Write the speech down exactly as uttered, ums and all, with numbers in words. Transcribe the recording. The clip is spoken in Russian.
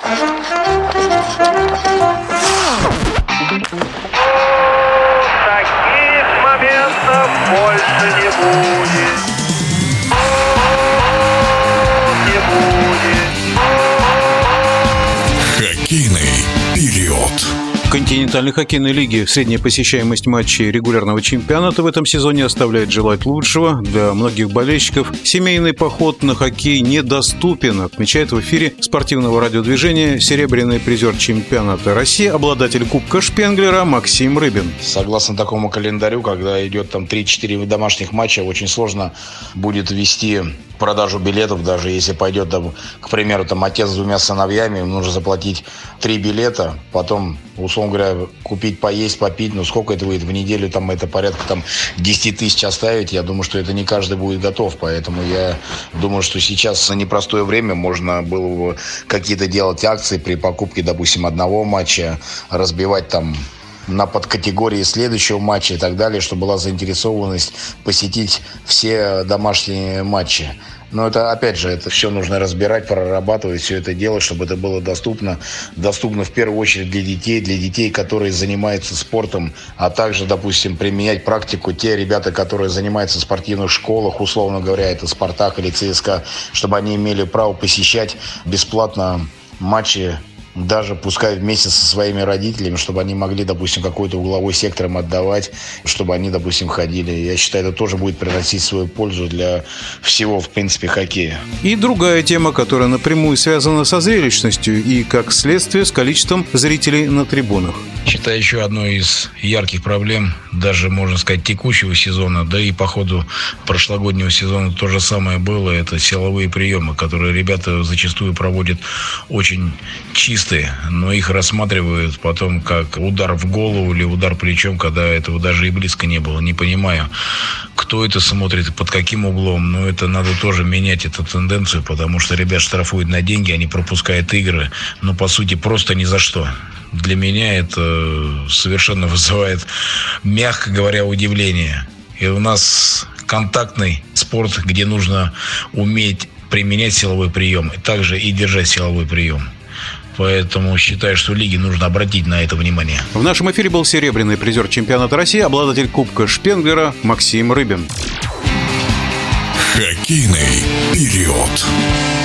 Таких моментов больше не будет. Не будет. Хоккейный период. В континентальной хоккейной лиге средняя посещаемость матчей регулярного чемпионата в этом сезоне оставляет желать лучшего. Для многих болельщиков семейный поход на хоккей недоступен, отмечает в эфире спортивного радиодвижения серебряный призер чемпионата России, обладатель Кубка Шпенглера Максим Рыбин. Согласно такому календарю, когда идет там три-четыре домашних матча, очень сложно будет вести продажу билетов, даже если пойдет, там, к примеру, там отец с двумя сыновьями, им нужно заплатить три билета, потом, условно говоря, купить, поесть, попить, ну сколько это выйдет в неделю, там это порядка там десять тысяч оставить, я думаю, что это не каждый будет готов, поэтому я думаю, что сейчас на непростое время можно было бы какие-то делать акции при покупке, допустим, одного матча, разбивать там на подкатегории следующего матча и так далее, чтобы была заинтересованность посетить все домашние матчи. Но это, опять же, это все нужно разбирать, прорабатывать, все это делать, чтобы это было доступно. Доступно в первую очередь для детей, для детей, которые занимаются спортом, а также, допустим, применять практику те ребята, которые занимаются в спортивных школах, условно говоря, это «Спартак» или «ЦСКА», чтобы они имели право посещать бесплатно матчи, даже пускай вместе со своими родителями, чтобы они могли, допустим, какой-то угловой сектор им отдавать, чтобы они, допустим, ходили. Я считаю, это тоже будет приносить свою пользу для всего, в принципе, хоккея. И другая тема, которая напрямую связана со зрелищностью и, как следствие, с количеством зрителей на трибунах. Считаю, еще одной из ярких проблем, даже, можно сказать, текущего сезона, да и по ходу прошлогоднего сезона то же самое было, это силовые приемы, которые ребята зачастую проводят очень чистые, но их рассматривают потом как удар в голову или удар плечом, когда этого даже и близко не было. Не понимаю, кто это смотрит и под каким углом, но это надо тоже менять эту тенденцию, потому что ребят штрафуют на деньги, они пропускают игры, но по сути просто ни за что. Для меня это совершенно вызывает, мягко говоря, удивление. И у нас контактный спорт, где нужно уметь применять силовой прием, и также и держать силовой прием. Поэтому считаю, что лиге нужно обратить на это внимание. В нашем эфире был серебряный призер чемпионата России, обладатель Кубка Шпенглера Максим Рыбин. Хоккейный период.